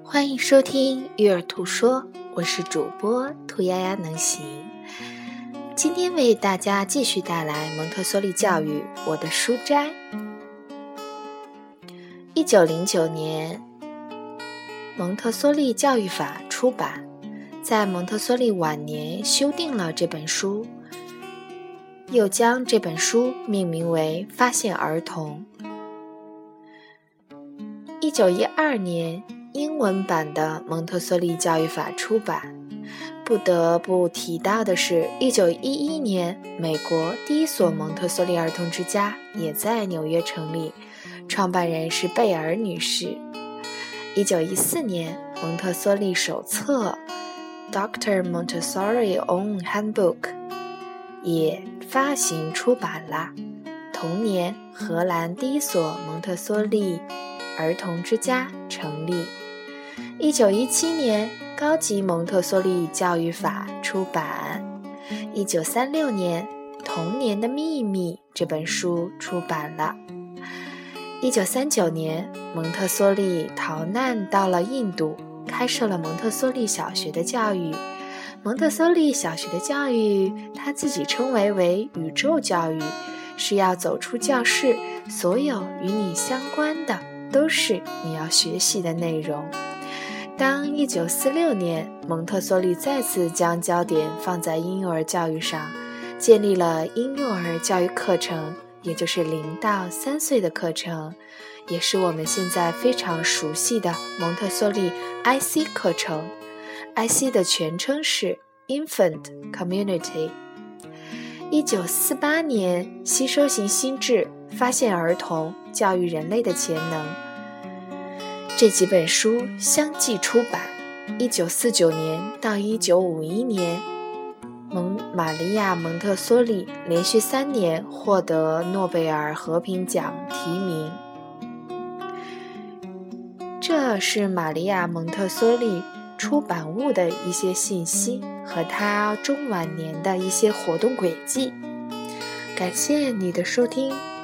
欢迎收听育儿图说，我是主播兔丫丫能行。今天为大家继续带来蒙特梭利教育我的书斋。1909年蒙特梭利教育法出版，在蒙特梭利晚年修订了这本书，又将这本书命名为发现儿童。1912年英文版的蒙特梭利教育法出版。不得不提到的是1911年美国第一所蒙特梭利儿童之家也在纽约成立，创办人是贝尔女士。1914年蒙特梭利手册 Dr. Montessori Own Handbook 也发行出版了。同年荷兰第一所蒙特梭利儿童之家成立。1917年高级蒙特梭利教育法出版。1936年童年的秘密这本书出版了。1939年蒙特梭利逃难到了印度，开设了蒙特梭利小学的教育。蒙特梭利小学的教育他自己称为宇宙教育，是要走出教室，所有与你相关的都是你要学习的内容。当1946年蒙特梭利再次将焦点放在婴幼儿教育上，建立了婴幼儿教育课程，也就是0到3岁的课程，也是我们现在非常熟悉的蒙特梭利 IC 课程。 IC 的全称是 Infant Community。 1948年吸收型心智发现儿童，教育人类的潜能，这几本书相继出版。1949年到1951年玛利亚蒙特梭利连续3年获得诺贝尔和平奖提名。这是玛利亚蒙特梭利出版物的一些信息和她中晚年的一些活动轨迹。感谢你的收听。